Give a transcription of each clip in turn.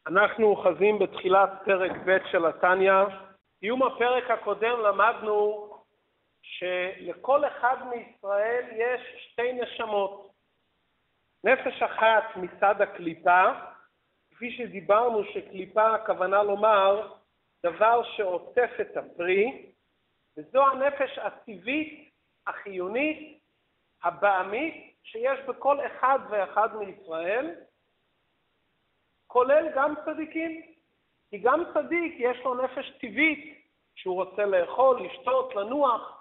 אנחנו אוחזים בתחילת פרק ב' של התניא. סיום הפרק הקודם למדנו שלכל אחד מישראל יש שתי נשמות. נפש אחת מצד הקליפה, כפי שדיברנו שקליפה הכוונה לומר דבר שעוטף את הפרי, וזו הנפש הטבעית, החיונית, הבעמית, שיש בכל אחד ואחד מישראל, כולל גם צדיקים. כי גם צדיק יש לו נפש טבעית, שהוא רוצה לאכול, לשתות, לנוח.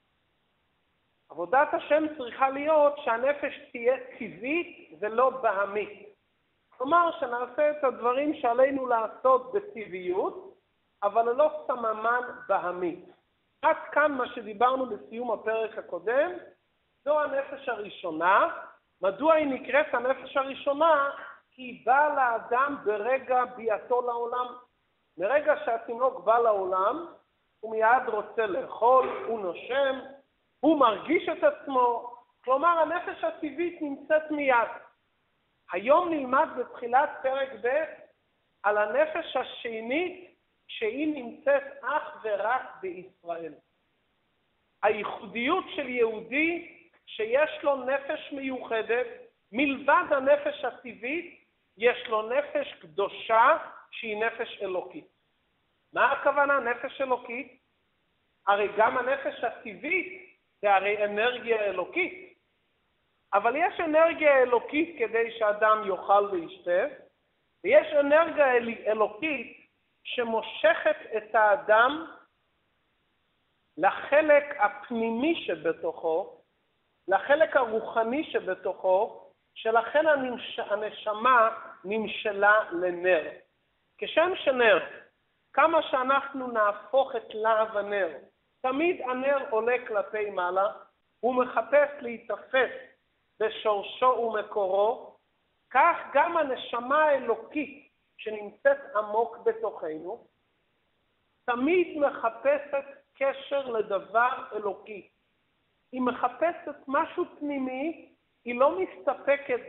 עבודת השם צריכה להיות שהנפש תהיה טבעית ולא בהמית. כלומר, שנעשה את הדברים שעלינו לעשות בטבעיות, אבל לא סממן בהמית. עד כאן מה שדיברנו בסיום הפרק הקודם, זו הנפש הראשונה. מדוע היא נקראת הנפש הראשונה? כי היא באה לאדם ברגע ביאתו לעולם. מרגע שהתינוק בא לעולם, הוא מיד רוצה לאכול, הוא נושם, הוא מרגיש את עצמו. כלומר, הנפש הטבעית נמצאת מיד. היום נלמד בתחילת פרק ב' על הנפש השנית שהיא נמצאת אך ורק בישראל. הייחודיות של יהודי שיש לו נפש מיוחדת, מלבד הנפש הטבעית, יש לו נפש קדושה שהיא נפש אלוקית. מה הכוונה נפש אלוקית? הרי גם הנפש הטבעית זה הרי אנרגיה אלוקית. אבל יש אנרגיה אלוקית כדי שאדם יאכל וישתה, ויש אנרגיה אלוקית שמושכת את האדם לחלק הפנימי שבתוכו, לחלק הרוחני שבתוכו, שלכן הנשמה נמשלה לנר. כשם שנר, כמה שאנחנו נהפוך את להב הנר, תמיד הנר עולה כלפי מעלה, הוא מחפש להתאפס בשורשו ומקורו, כך גם הנשמה האלוקית שנמצאת עמוק בתוכנו, תמיד מחפשת קשר לדבר אלוקי. היא מחפשת משהו פנימי, היא לא מסתפקת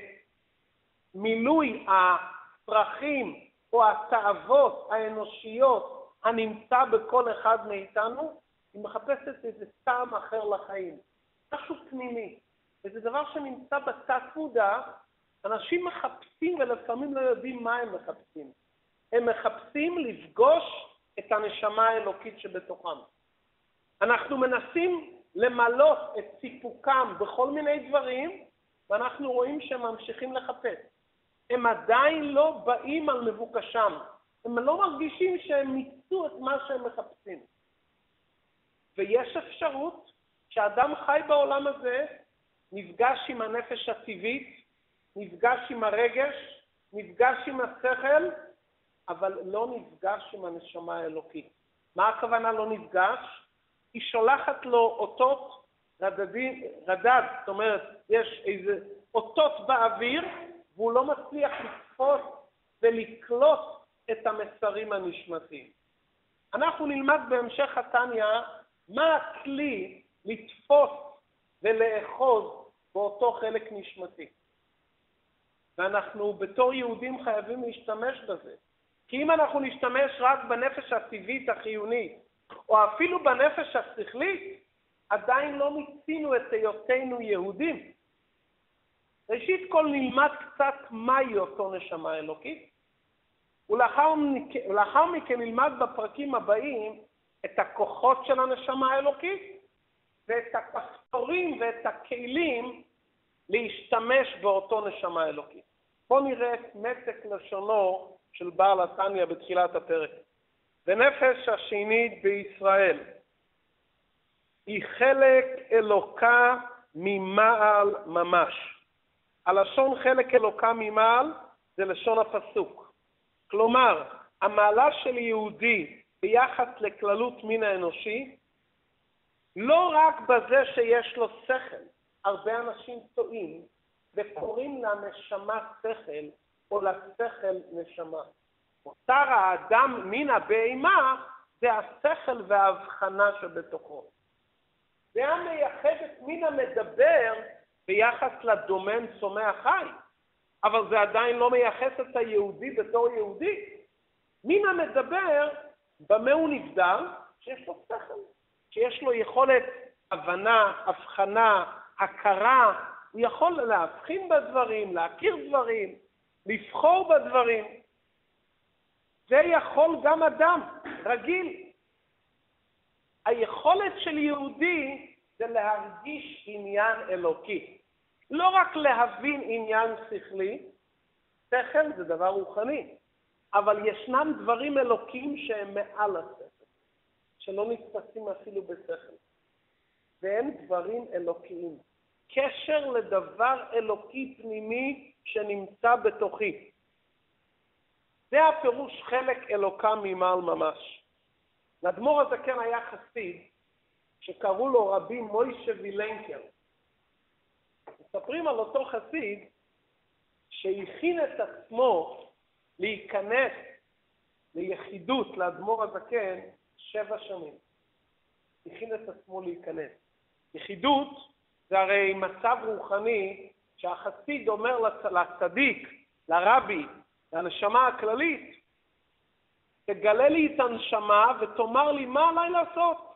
במילוי הצרכים או התאוות האנושיות הנמצא בכל אחד מאיתנו, היא מחפשת איזה טעם אחר לחיים, משהו פנימי. וזה דבר שנמצא בתת מודע. אנשים מחפשים ולפעמים לא יודעים מה הם מחפשים. הם מחפשים לפגוש את הנשמה האלוקית שבתוכם. אנחנו מנסים למלות את סיפוקם בכל מיני דברים, ואנחנו רואים שהם ממשיכים לחפש. הם עדיין לא באים על מבוקשם. הם לא מרגישים שהם מיצו את מה שהם מחפשים. ויש אפשרות שאדם חי בעולם הזה, נפגש עם הנפש הטבעית, נפגש עם הרגש, נפגש עם השכל, אבל לא נפגש עם הנשמה האלוקית. מה הכוונה לא נפגש? היא שולחת לו אותות רדד, זאת אומרת, יש איזה אותות באוויר, והוא לא מצליח לתפוס ולקלוט את המסרים הנשמתיים. אנחנו נלמד בהמשך התניא מה הכלי לתפוס ולאחוז באותו חלק נשמתי. ואנחנו בתור יהודים חייבים להשתמש בזה. כי אם אנחנו נשתמש רק בנפש הטבעית החיונית, או אפילו בנפש השכלית, עדיין לא מיצינו את היותנו יהודים. ראשית כל נלמד קצת מהי אותו נשמה אלוקית, ולאחר מכן נלמד בפרקים הבאים את הכוחות של הנשמה האלוקית, ואת הכפתורים ואת הכלים להשתמש באותו נשמה אלוקית. בואו נראה את מתק לשונו של בעל התניא בתחילת הפרק. ונפש השנית בישראל היא חלק אלוקה ממעל ממש. הלשון חלק אלוקה ממעל זה לשון הפסוק. כלומר, המעלה של יהודי ביחס לכללות מין האנושי, לא רק בזה שיש לו שכל. הרבה אנשים טועים וקוראים לנשמה שכל או לשכל נשמה. מותר האדם מן הבהמה זה השכל וההבחנה שבתוכו. זה המייחד את מין המדבר ביחס לדומן צומח חי. אבל זה עדיין לא מייחס את היהודי בתור יהודי. מן המדבר, במה הוא נבדל? שיש לו שכל, שיש לו יכולת הבנה, הבחנה, הכרה, הוא יכול להבחין בדברים, להכיר דברים, לבחור בדברים. זה יכול גם אדם רגיל. היכולת של יהודי זה להרגיש עניין אלוקי. לא רק להבין עניין שכלי, שכל זה דבר רוחני, אבל ישנם דברים אלוקיים שהם מעל השכל, שלא נתפסים אפילו בשכל. והם דברים אלוקיים. קשר לדבר אלוקי פנימי שנמצא בתוכי. זה הפירוש חלק אלוקה ממעל ממש. לאדמו"ר הזקן היה חסיד שקראו לו רבי מוישה וילנקר. מספרים על אותו חסיד שהכין את עצמו להיכנס ליחידות לאדמו"ר הזקן 7 שנים. הכין את עצמו להיכנס. יחידות זה הרי מצב רוחני שהחסיד אומר לצדיק, לרבי, לנשמה הכללית, תגלה לי את הנשמה ותאמר לי מה עליי לעשות.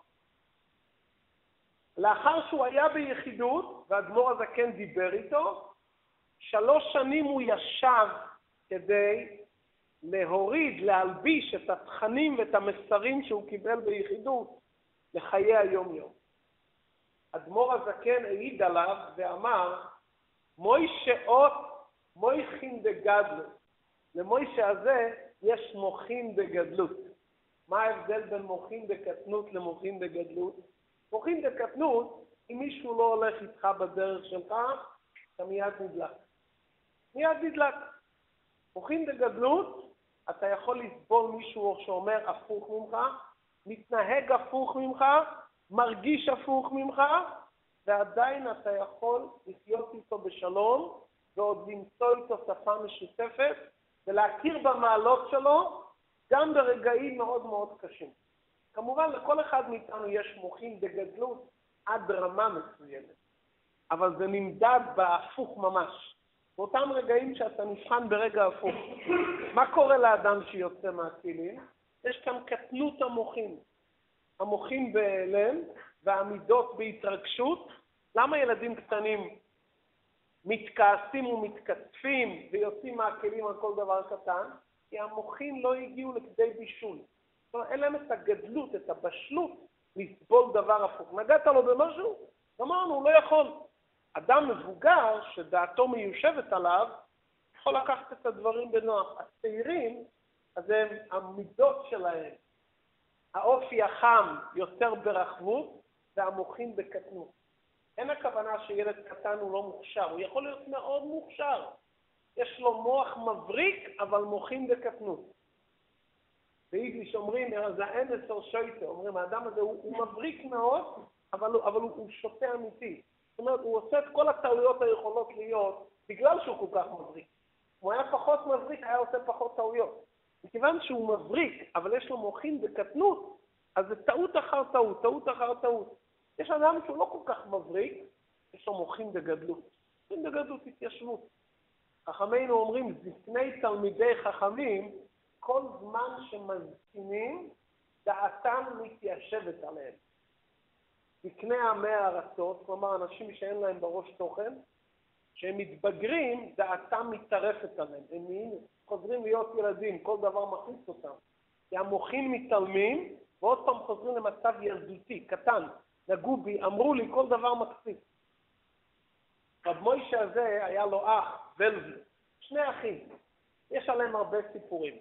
לאחר שהוא היה ביחידות, והאדמו"ר הזקן דיבר איתו, 3 שנים הוא ישב כדי להוריד, להלביש את התכנים ואת המסרים שהוא קיבל ביחידות לחיי היום-יום. אדמו"ר הזקן העיד עליו ואמר, מוישה אות מויכין דגדלות. למוישה הזה יש מוחין דגדלות. מה ההבדל בין מוחין דקטנות למוחין דגדלות? מוחין דקטנות, אם מישהו לא הולך איתך בדרך שלך, אתה מיד נדלק. מיד נדלק. מוחין דגדלות, אתה יכול לסבול מישהו שאומר הפוך ממך, מתנהג הפוך ממך, מרגיש הפוך ממך, ועדיין אתה יכול לחיות איתו בשלום, ועוד למצוא איתו שפה משותפת, ולהכיר במעלות שלו, גם ברגעים מאוד מאוד קשים. כמובן, לכל אחד מאיתנו יש מוחין דגדלות עד רמה מסוימת, אבל זה נמדד בהפוך ממש. באותם רגעים שאתה נבחן ברגע הפוך. מה קורה לאדם שיוצא מהכלים? יש כאן קטנות המוחין. המוחין בהלם והעמידות בהתרגשות. למה ילדים קטנים מתכעסים ומתקצפים ויוצאים מהכלים על כל דבר קטן? כי המוחין לא הגיעו לכדי בישול. זאת אומרת, אין להם את הגדלות, את הבשלות לסבול דבר הפוך. נגעת לו במשהו? אמרנו, הוא לא יכול. אדם מבוגר שדעתו מיושבת עליו, יכול לקחת את הדברים בנוח. הצעירים, אז הם המידות שלהם. האופי החם יותר ברחבות, והמוחין בקטנות. אין הכוונה שילד קטן הוא לא מוכשר, הוא יכול להיות מאוד מוכשר. יש לו מוח מבריק, אבל מוחין בקטנות. ביידיש אומרים, זה האנס או שויטה, אומרים, האדם הזה הוא מבריק מאוד, אבל הוא שוטה אמיתי. זאת אומרת, הוא עושה את כל הטעויות היכולות להיות, בגלל שהוא כל כך מבריק. אם הוא היה פחות מבריק, היה עושה פחות טעויות. מכיוון שהוא מבריק, אבל יש לו מוחין בקטנות, אז זה טעות אחר טעות, טעות אחר טעות. יש אדם שהוא לא כל כך מבריק, יש לו מוחין בגדלות. מוחין בגדלות התיישבות. חכמינו אומרים, זקני תלמידי חכמים, כל זמן שמזקינים, דעתם מתיישבת עליהם. זקני עמי הארצות, כלומר אנשים שאין להם בראש תוכן, שהם מתבגרים, דעתם מתערפת עליהם. הם חוזרים להיות ילדים, כל דבר מכניס אותם. כי המוחין מתעלמים, ועוד פעם חוזרים למצב ילדותי, קטן. נגעו בי, אמרו לי, כל דבר מקפיץ. רב מוישה הזה היה לו אח, ולזי, 2 אחים. יש עליהם הרבה סיפורים.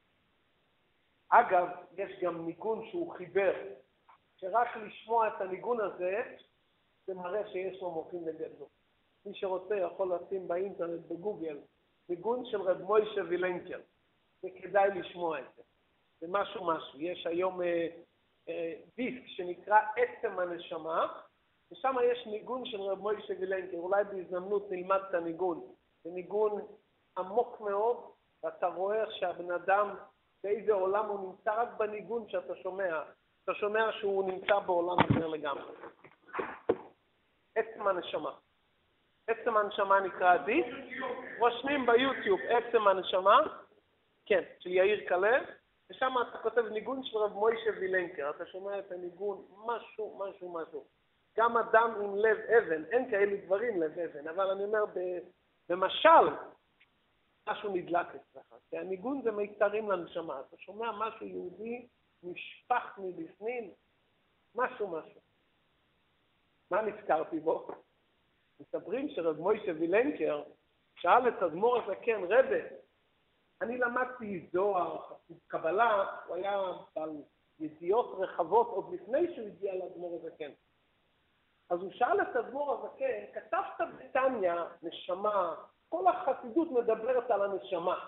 אגב, יש גם ניגון שהוא חיבר, שרק לשמוע את הניגון הזה, זה מראה שיש לו מוחין לגדלות. מי שרוצה יכול לשים באינטרנט בגוגל, ניגון של רב מוישה וילנקר. זה כדאי לשמוע את זה. זה משהו. יש היום דיסק שנקרא עצם הנשמה, ושם יש ניגון של רב מוישה וילנקר. אולי בהזדמנות נלמד את הניגון. זה ניגון עמוק מאוד, ואתה רואה שהבן אדם, באיזה עולם הוא נמצא רק בניגון שאתה שומע. אתה שומע שהוא נמצא בעולם אחר לגמרי. עצם הנשמה. עצם הנשמה נקרא הדיסק, רושמים ביוטיוב עצם הנשמה, כן, של יאיר כלב, ושם אתה כותב ניגון של רב מוישה וילנקר, אתה שומע את הניגון משהו. גם אדם עם לב אבן, אין כאלה דברים לב אבן, אבל אני אומר במשל, משהו נדלק אצלך, כי הניגון זה מיתרים לנשמה, אתה שומע משהו יהודי נשפך מבפנים, משהו. מה נזכרתי בו? מספרים שרב מוישה וילנקר שאל את אדמו"ר הזקן, רבי, אני למדתי זוהר, קבלה, הוא היה על ידיעות רחבות עוד לפני שהוא הגיע לאדמו"ר הזקן. אז הוא שאל את אדמו"ר הזקן, כתבת בתניא נשמה, כל החסידות מדברת על הנשמה.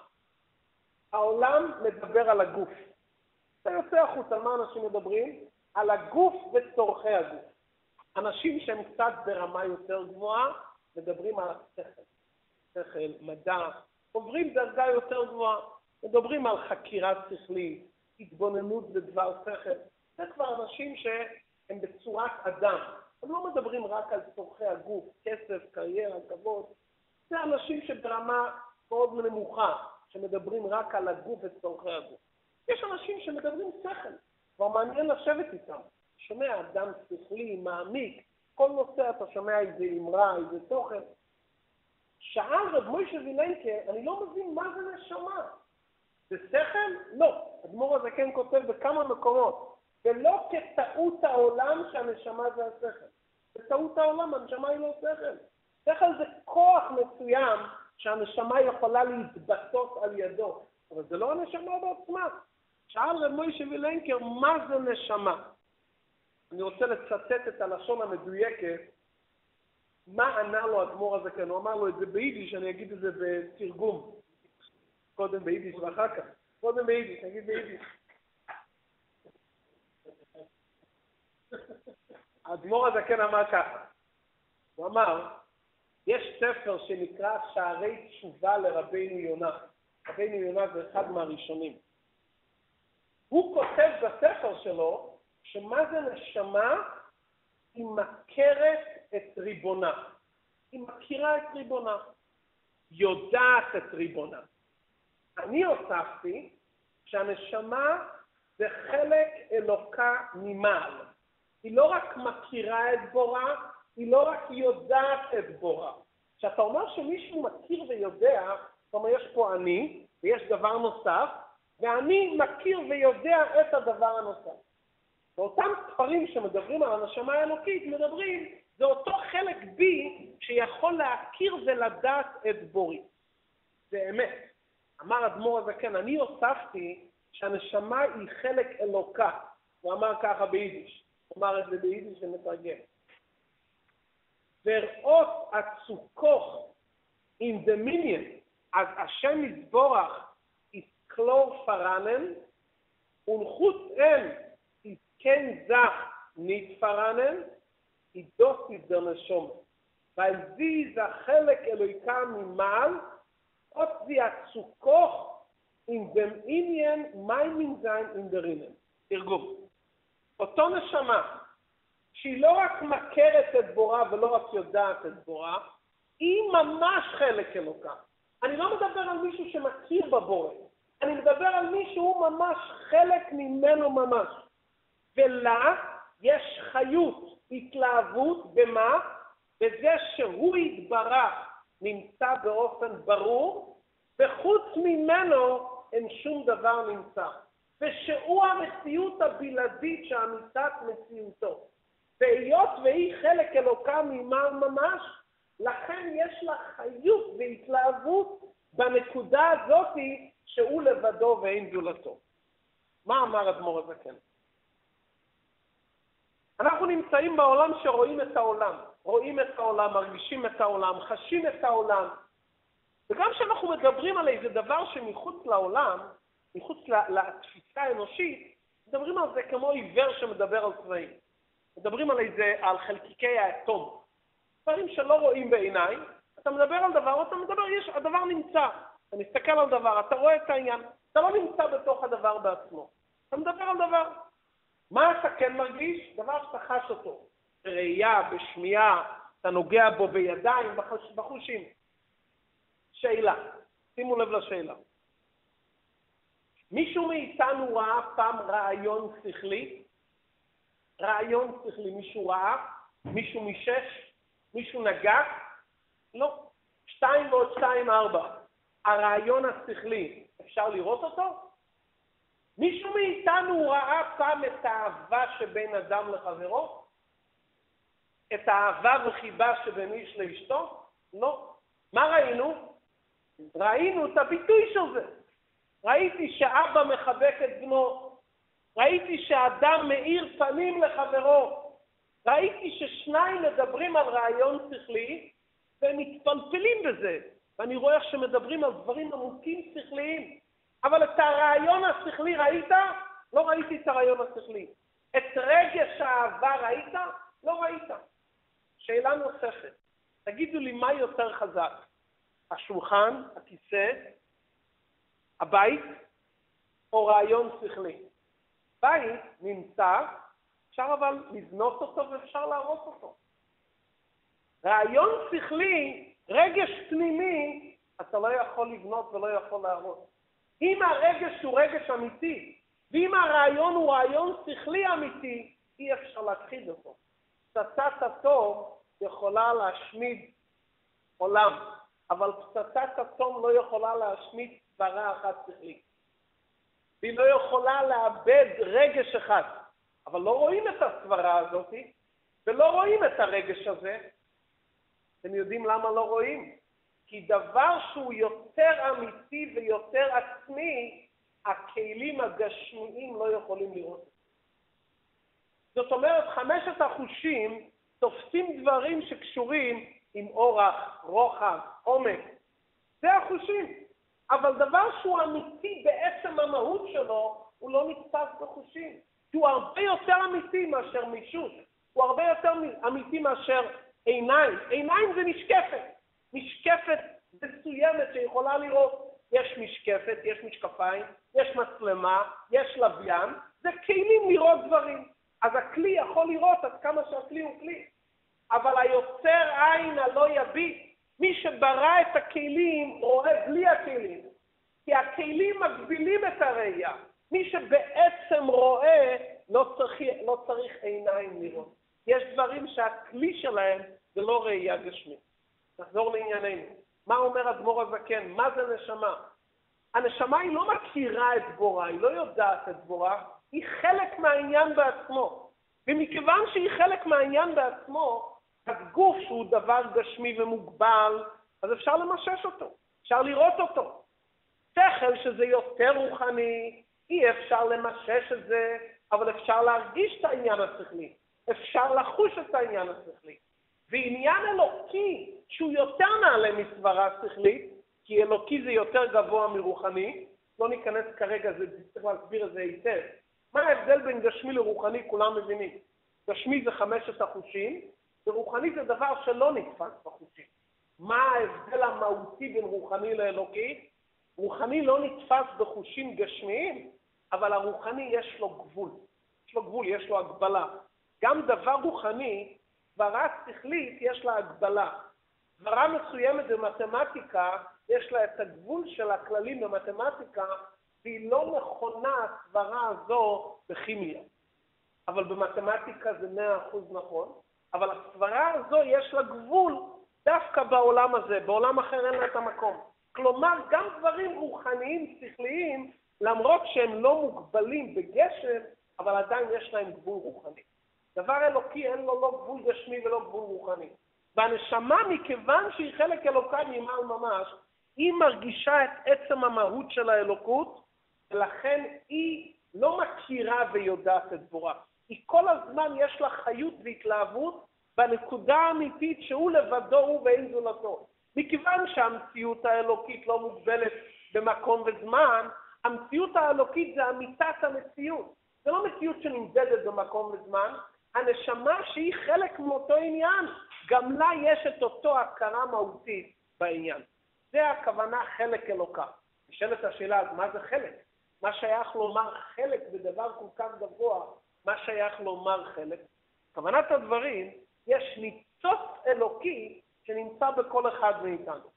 העולם מדבר על הגוף. אתה יוצא החוץ, על מה אנשים מדברים? על הגוף וצורכי הגוף. אנשים שהם קצת ברמה יותר גבוהה, מדברים על השכל. שכל, מדע, עוברים דרגה יותר גבוהה. מדברים על חקירה שכלית, התבוננות בדבר שכל. זה כבר אנשים שהם בצורת אדם. הם לא מדברים רק על צורכי הגוף, כסף, קריירה, כבוד. זה אנשים שברמה מאוד נמוכה, שמדברים רק על הגוף וצורכי הגוף. יש אנשים שמדברים שכל, כבר מעניין לשבת איתם. שומע אדם שכלי, מעמיק, כל נושא אתה שומע איזה אמרה, איזה תוכן. שאל רב מוישה וילנקר, אני לא מבין מה זה נשמה. זה שכל? לא. אדמו"ר הזקן כותב בכמה מקומות. ולא כטעות העולם שהנשמה זה השכל. בטעות העולם הנשמה היא לא שכל. שכל זה כוח מסוים שהנשמה יכולה להתבטאות על ידו. אבל זה לא הנשמה בעצמה. שאל רב מוישה וילנקר, מה זה נשמה? אני רוצה לצטט את הלשון המדויקת, מה ענה לו אדמו"ר הזקן. הוא אמר לו את זה ביידיש, אני אגיד את זה בתרגום. קודם ביידיש ואחר כך. קודם ביידיש, נגיד ביידיש. האדמו"ר הזקן אמר ככה. הוא אמר, יש ספר שנקרא שערי תשובה לרבינו יונה. רבינו יונה זה אחד מהראשונים. הוא כותב בספר שלו, שמה זה נשמה? היא מכרת את ריבונה. היא מכירה את ריבונה. יודעת את ריבונה. אני הוספתי שהנשמה זה חלק אלוקה ממעל. היא לא רק מכירה את בורא, היא לא רק יודעת את בורא. כשאתה אומר שמישהו מכיר ויודע, זאת אומרת יש פה אני, ויש דבר נוסף, ואני מכיר ויודע את הדבר הנוסף. באותם ספרים שמדברים על הנשמה האלוקית, מדברים, זה אותו חלק בי שיכול להכיר ולדעת את בורי. זה אמת. אמר אדמו"ר הזקן, אני הוספתי שהנשמה היא חלק אלוקה. הוא אמר ככה ביידיש. הוא אמר את זה ביידיש ומתרגם. וראות הצוקוך in dominion, אז השם יזבורך יסקלור פרנן, ונחוץ אין כן זך נתפרנן, ידוסי דרנשום. ועל זה חלק אלוהיקה ממעל, עוד זה הצוקוך עם דם עניין מיימין זין עם דרינן. תרגום. אותו נשמה, שהיא לא רק מכרת את בורא ולא רק יודעת את בורא, היא ממש חלק אלוקה. אני לא מדבר על מישהו שמכיר בבורא, אני מדבר על מישהו ממש חלק ממנו ממש. ולה יש חיות, התלהבות, במה? בזה שהוא יתברך נמצא באופן ברור, וחוץ ממנו אין שום דבר נמצא. ושהוא המציאות הבלעדית שאמיתת מציאותו. והיות והיא חלק אלוקה ממעל ממש, לכן יש לה חיות והתלהבות בנקודה הזאת שהוא לבדו ואין זולתו. מה אמר אדמו"ר הזקן? אנחנו נמצאים בעולם שרואים את העולם. רואים את העולם, מרגישים את העולם, חשים את העולם. וגם כשאנחנו מדברים על איזה דבר שמחוץ לעולם, מחוץ לתפיסה האנושית, מדברים על זה כמו עיוור שמדבר על צבעים. מדברים על חלקיקי האטום. דברים שלא רואים בעיניים, אתה מדבר על דבר, אתה מדבר, הדבר נמצא. אתה מסתכל על דבר, אתה רואה את העניין, אתה לא נמצא בתוך הדבר בעצמו. אתה מדבר על דבר. מה אתה כן מרגיש? דבר שאתה חש אותו. בראייה, בשמיעה, אתה נוגע בו בידיים, בחושים. שאלה, שימו לב לשאלה. מישהו מאיתנו ראה פעם רעיון שכלי? רעיון שכלי, מישהו ראה? מישהו משש? מישהו נגע? לא. 2 ועוד 2, 4. הרעיון השכלי, אפשר לראות אותו? מישהו מאיתנו ראה פעם את האהבה שבין אדם לחברו? את האהבה וחיבה שבין איש לאשתו? לא. מה ראינו? ראינו את הביטוי של זה. ראיתי שאבא מחבק את בנו. ראיתי שאדם מאיר פנים לחברו. ראיתי ששניים מדברים על רעיון שכלי והם מתפלפלים בזה. ואני רואה שמדברים על דברים עמוקים שכליים. אבל את הרעיון השכלי ראית? לא ראיתי את הרעיון השכלי. את רגש האהבה ראית? לא ראית. שאלה נוספת. תגידו לי מה יותר חזק? השולחן, הכיסא, הבית או רעיון שכלי? בית נמצא, אפשר אבל לבנות אותו ואפשר להרוס אותו. רעיון שכלי, רגש פנימי, אתה לא יכול לבנות ולא יכול להרוס. אם הרגש הוא רגש אמיתי, ואם הרעיון הוא רעיון שכלי אמיתי, אי אפשר להכחיד אותו. פצצת אטום יכולה להשמיד עולם, אבל פצצת אטום לא יכולה להשמיד סברה אחת שכלית. והיא לא יכולה לאבד רגש אחד. אבל לא רואים את הסברה הזאת, ולא רואים את הרגש הזה. אתם יודעים למה לא רואים? כי דבר שהוא יותר אמיתי ויותר עצמי, הכלים הגשמיים לא יכולים לראות. זאת אומרת, 5 החושים תופסים דברים שקשורים עם אורח, רוחב, עומק. זה החושים. אבל דבר שהוא אמיתי בעצם המהות שלו, הוא לא נתפס בחושים. כי הוא הרבה יותר אמיתי מאשר מישות. הוא הרבה יותר אמיתי מאשר עיניים. עיניים זה משקפת. משקפת מסוימת שיכולה לראות. יש משקפת, יש משקפיים, יש מצלמה, יש לוויין. זה כלים לראות דברים. אז הכלי יכול לראות עד כמה שהכלי הוא כלי. אבל היוצר עין הלא יביט, מי שברא את הכלים רואה בלי הכלים. כי הכלים מגבילים את הראייה. מי שבעצם רואה לא צריך עיניים לראות. יש דברים שהכלי שלהם זה לא ראייה גשמית. נחזור לענייננו. מה אומר אדמו"ר הזקן? מה זה נשמה? הנשמה היא לא מכירה את בורא, היא לא יודעת את בורא, היא חלק מהעניין בעצמו. ומכיוון שהיא חלק מהעניין בעצמו, הגוף שהוא דבר גשמי ומוגבל, אז אפשר למשש אותו, אפשר לראות אותו. שכל שזה יותר רוחני, אי אפשר למשש את זה, אבל אפשר להרגיש את העניין השכלי, אפשר לחוש את העניין השכלי. ועניין אלוקי, שהוא יותר נעלה מסברה שכלית, כי אלוקי זה יותר גבוה מרוחני, לא ניכנס כרגע, צריך להסביר את זה היטב. מה ההבדל בין גשמי לרוחני? כולם מבינים. גשמי זה 5 החושים, ורוחני זה דבר שלא נתפס בחושים. מה ההבדל המהותי בין רוחני לאלוקי? רוחני לא נתפס בחושים גשמיים, אבל הרוחני יש לו גבול. יש לו גבול, יש לו הגבלה. גם דבר רוחני, סברה שכלית יש לה הגבלה. סברה מסוימת במתמטיקה, יש לה את הגבול של הכללים במתמטיקה, והיא לא נכונה הסברה הזו בכימיה. אבל במתמטיקה זה 100% נכון, אבל הסברה הזו יש לה גבול דווקא בעולם הזה, בעולם אחר אין לה את המקום. כלומר, גם דברים רוחניים, שכליים, למרות שהם לא מוגבלים בגשם, אבל עדיין יש להם גבול רוחני. דבר אלוקי אין לו לא גבול גשמי ולא גבול רוחני. והנשמה, מכיוון שהיא חלק אלוקה ממעל ממש, היא מרגישה את עצם המהות של האלוקות, ולכן היא לא מכירה ויודעת את בורא. היא כל הזמן יש לה חיות והתלהבות בנקודה האמיתית שהוא לבדו הוא ואין זולתו. מכיוון שהמציאות האלוקית לא מוגבלת במקום וזמן, המציאות האלוקית זה אמיתת המציאות. זה לא מציאות שנמדדת במקום וזמן, הנשמה שהיא חלק מאותו עניין, גם לה יש את אותו הכרה מהותית בעניין. זה הכוונה חלק אלוקה. נשאלת השאלה, אז מה זה חלק? מה שייך לומר חלק בדבר כל כך גבוה? מה שייך לומר חלק? כוונת הדברים, יש ניצוץ אלוקי שנמצא בכל אחד מאיתנו.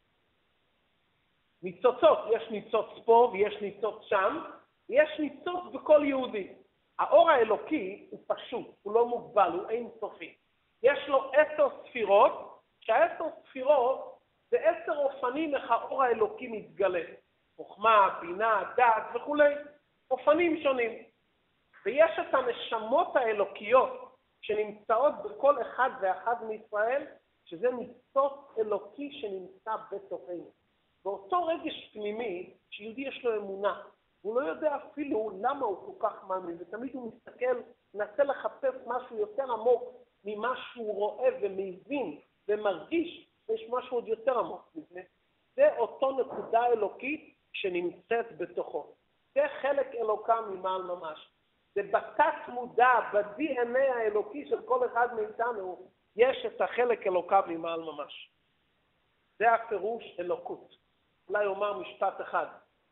ניצוצות, יש ניצוץ פה ויש ניצוץ שם, ויש ניצוץ בכל יהודי. האור האלוקי הוא פשוט, הוא לא מוגבל, הוא אינסופי. יש לו 10 ספירות, שה10 ספירות זה 10 אופנים איך האור האלוקי מתגלה. חוכמה, בינה, דעת וכו'. אופנים שונים. ויש את הנשמות האלוקיות שנמצאות בכל אחד ואחד מישראל, שזה ניצוץ אלוקי שנמצא בתוכנו. באותו רגש פנימי, שיהודי יש לו אמונה, הוא לא יודע אפילו למה הוא כל כך מאמין, ותמיד הוא מסתכל, מנסה לחפש משהו יותר עמוק ממה שהוא רואה ומבין ומרגיש, יש משהו עוד יותר עמוק מזה. זה אותו נקודה אלוקית שנמצאת בתוכו. זה חלק אלוקה ממעל ממש. זה בתת מודע, ב-DNA האלוקי של כל אחד מאיתנו, יש את החלק אלוקה ממעל ממש. זה הפירוש אלוקות. אולי אומר משפט אחד.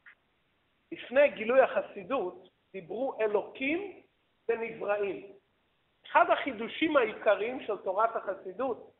לפני גילוי החסידות דיברו אלוקים ונבראים. אחד החידושים העיקריים של תורת החסידות,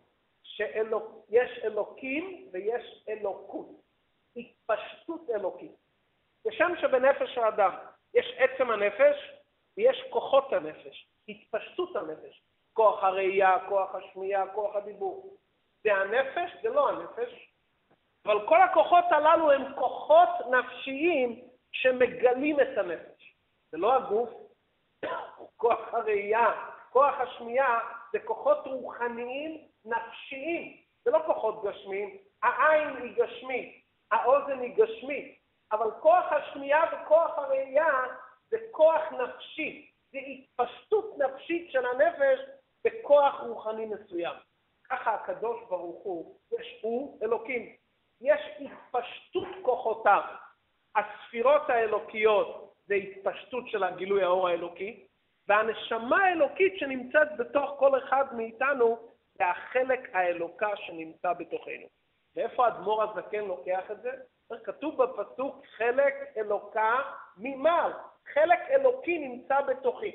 שיש אלוקים ויש אלוקות. התפשטות אלוקית. כשם שבנפש האדם יש עצם הנפש ויש כוחות הנפש. התפשטות הנפש. כוח הראייה, כוח השמיעה, כוח הדיבור. זה הנפש, זה לא הנפש. אבל כל הכוחות הללו הם כוחות נפשיים שמגלים את הנפש. זה לא הגוף, כוח הראייה, כוח השמיעה, זה כוחות רוחניים נפשיים. זה לא כוחות גשמיים. העין היא גשמית, האוזן היא גשמית. אבל כוח השמיעה וכוח הראייה זה כוח נפשי. זה התפשטות נפשית של הנפש בכוח רוחני מסוים. ככה הקדוש ברוך הוא אלוקים. יש התפשטות כוחותיו. הספירות האלוקיות זה התפשטות של הגילוי האור האלוקי, והנשמה האלוקית שנמצאת בתוך כל אחד מאיתנו זה החלק האלוקה שנמצא בתוכנו. ואיפה האדמו"ר הזקן לוקח את זה? כתוב בפסוק חלק אלוקה ממעל. חלק אלוקי נמצא בתוכי.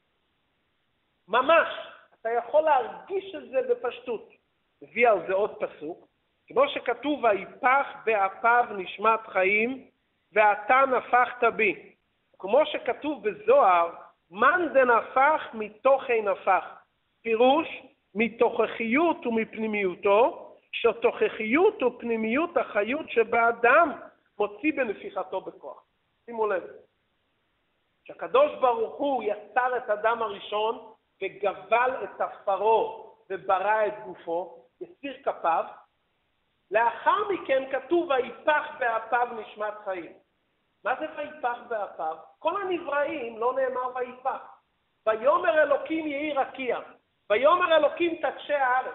ממש, אתה יכול להרגיש את זה בפשטות. מביא על זה עוד פסוק. כמו שכתוב, ויפח באפיו נשמת חיים, ואתה נפחת בי. כמו שכתוב בזוהר, מן דנפח מתוכן נפח. פירוש, מתוכחיות ומפנימיותו, שתוכחיות ופנימיות החיות שבאדם מוציא בנפיחתו בכוח. שימו לב. שהקדוש ברוך הוא יצר את אדם הראשון וגבל את עפרו וברא את גופו, יציר כפיו, לאחר מכן כתוב ויפח באפיו נשמת חיים. מה זה ויפח באפיו? כל הנבראים לא נאמר ויפח. ויאמר אלוקים יהי רקיע, ויאמר אלוקים תקשי הארץ.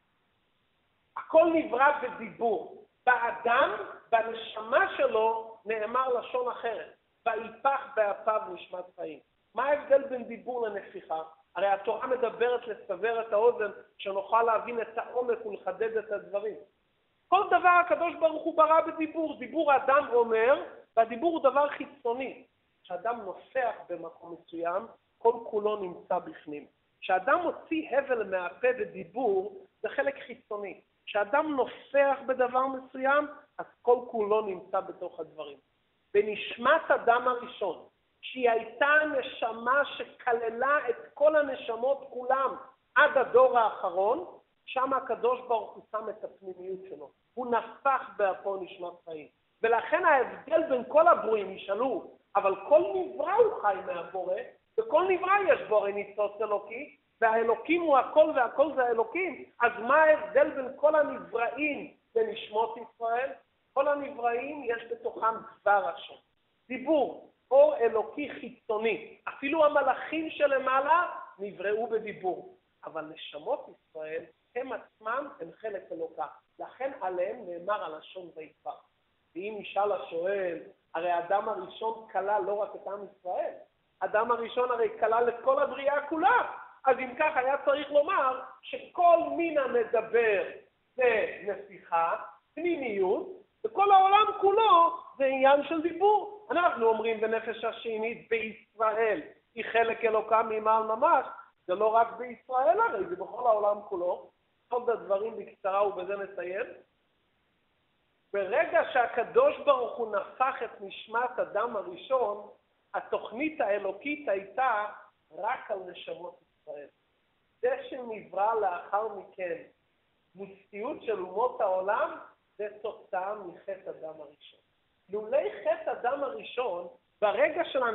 הכל נברא בדיבור. באדם, בנשמה שלו, נאמר לשון אחרת. ויפח באפיו נשמת חיים. מה ההבדל בין דיבור לנפיחה? הרי התורה מדברת לסבר את האוזן, שנוכל להבין את העומק ולחדד את הדברים. כל דבר הקדוש ברוך הוא ברא בדיבור. דיבור האדם אומר, והדיבור הוא דבר חיצוני. כשאדם נופח במקום מסוים, כל כולו נמצא בפנים. כשאדם מוציא הבל מהפה בדיבור, זה חלק חיצוני. כשאדם נופח בדבר מסוים, אז כל כולו נמצא בתוך הדברים. בנשמת אדם הראשון, שהיא הייתה נשמה שכללה את כל הנשמות כולם עד הדור האחרון, שם הקדוש ברוך הוא שם את הפנימיות שלו. הוא נפח באפו נשמת חיים. ולכן ההבדל בין כל הברואים, ישאלו, אבל כל נברא הוא חי מהבורא, וכל נברא יש בורא ניצוץ אלוקי, והאלוקים הוא הכל והכל זה האלוקים. אז מה ההבדל בין כל הנבראים לנשמות ישראל? כל הנבראים יש בתוכם דבר השם. דיבור, אור אלוקי חיצוני. אפילו המלאכים שלמעלה נבראו בדיבור. אבל נשמות ישראל הם עצמם הם חלק אלוקה. לכן עליהם נאמר הלשון ויפח. ואם ישאל השואל, הרי האדם הראשון כלל לא רק את עם ישראל. האדם הראשון הרי כלל את כל הבריאה כולה. אז אם כך היה צריך לומר שכל מין המדבר זה נפיחה, פנימיות, וכל העולם כולו זה עניין של דיבור. אנחנו אומרים בנפש השנית בישראל היא חלק אלוקה ממעל ממש, זה לא רק בישראל הרי, זה בכל העולם כולו. עוד הדברים בקצרה ובזה נסיים. ברגע שהקדוש ברוך הוא נפח את נשמת אדם הראשון, התוכנית האלוקית הייתה רק על נשמות ישראל. זה שנברא לאחר מכן מציאות של אומות העולם, זה תוצאה מחטא אדם הראשון. לולי חטא אדם הראשון, ברגע של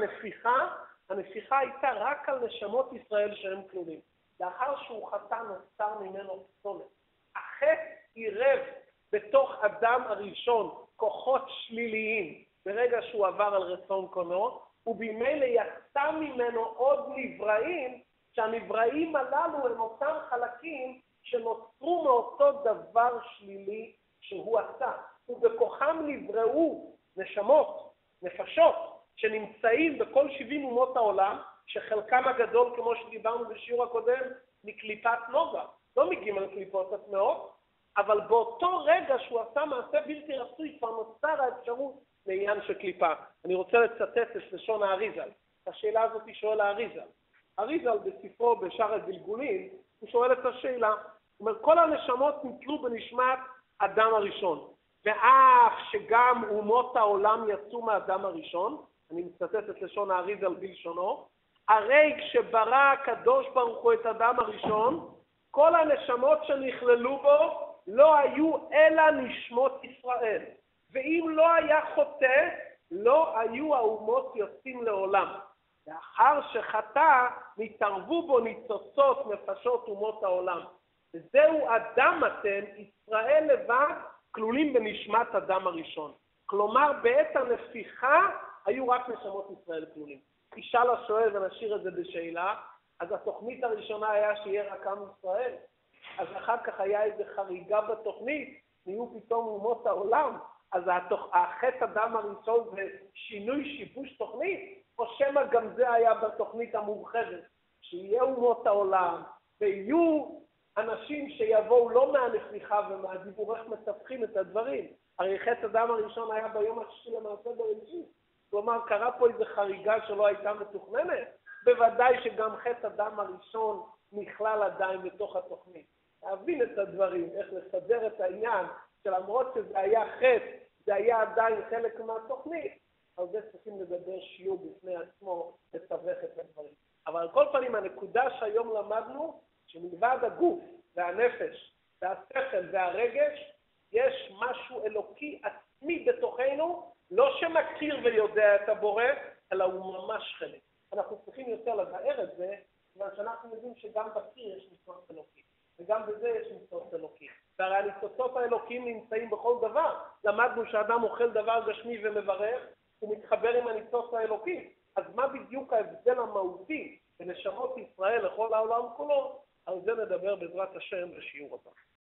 הנפיחה הייתה רק על נשמות ישראל שהם כלולים. לאחר שהוא חטא נוצר ממנו פסולת. החטא עירב בתוך אדם הראשון כוחות שליליים ברגע שהוא עבר על רצון קונו, ובמילא יצא ממנו עוד נבראים, שהנבראים הללו הם אותם חלקים שנוצרו מאותו דבר שלילי שהוא עשה. ובכוחם נבראו נשמות, נפשות, שנמצאים בכל 70 אומות העולם, שחלקם הגדול, כמו שדיברנו בשיעור הקודם, מקליפת נוגה, לא מגיעים על קליפות הטמעות, אבל באותו רגע שהוא עשה מעשה בלתי רצוי, כבר נוצר האפשרות לעניין של קליפה. אני רוצה לצטט את לשון האריזל. השאלה הזאת היא שואל האריזל. האריזל בספרו בשאר הגלגולים, הוא שואל את השאלה. הוא אומר, כל הנשמות נתלו בנשמת אדם הראשון, ואף שגם אומות העולם יצאו מהאדם הראשון, אני מצטט את לשון האריזל בלשונו, הרי כשברא הקדוש ברוך הוא את אדם הראשון, כל הנשמות שנכללו בו לא היו אלא נשמות ישראל. ואם לא היה חוטא, לא היו האומות יוצאים לעולם. לאחר שחטא, נתערבו בו ניצוצות נפשות אומות העולם. וזהו אדם אתם, ישראל לבד, כלולים בנשמת אדם הראשון. כלומר, בעת הנפיחה, היו רק נשמות ישראל כלולים. תשאל השואל ונשאיר את זה בשאלה, אז התוכנית הראשונה היה שיהיה רק עם ישראל. אז אחר כך היה איזו חריגה בתוכנית, נהיו פתאום אומות העולם. אז החטא אדם הראשון זה שינוי שיבוש תוכנית, או שמא גם זה היה בתוכנית המורחבת, שיהיה אומות העולם, ויהיו אנשים שיבואו לא מהנפיחה ומהדיבור, איך מתפחים את הדברים. הרי חטא אדם הראשון היה ביום השישי למעשה בראשית. כלומר, קרה פה איזו חריגה שלא הייתה מתוכננת. בוודאי שגם חטא אדם הראשון נכלל עדיין בתוך התוכנית. להבין את הדברים, איך לסדר את העניין, שלמרות שזה היה חטא, זה היה עדיין חלק מהתוכנית, על זה צריכים לדבר שיעור בפני עצמו, לתווך את הדברים. אבל על כל פנים, הנקודה שהיום למדנו, שמלבד הגוף והנפש והשכל והרגש, יש משהו אלוקי עצמי בתוכנו, לא שמכיר ויודע את הבורא, אלא הוא ממש חלק. אנחנו צריכים יותר לבאר את זה, כיוון שאנחנו יודעים שגם בקיר יש ניצוץ אלוקי, וגם בזה יש ניצוץ אלוקי. והרי הניצוצות האלוקיים נמצאים בכל דבר. למדנו שאדם אוכל דבר גשמי ומברך, הוא מתחבר עם הניצוץ האלוקי. אז מה בדיוק ההבדל המהותי בנשמות ישראל לכל העולם כולו? על זה נדבר בעזרת השם בשיעור הבא.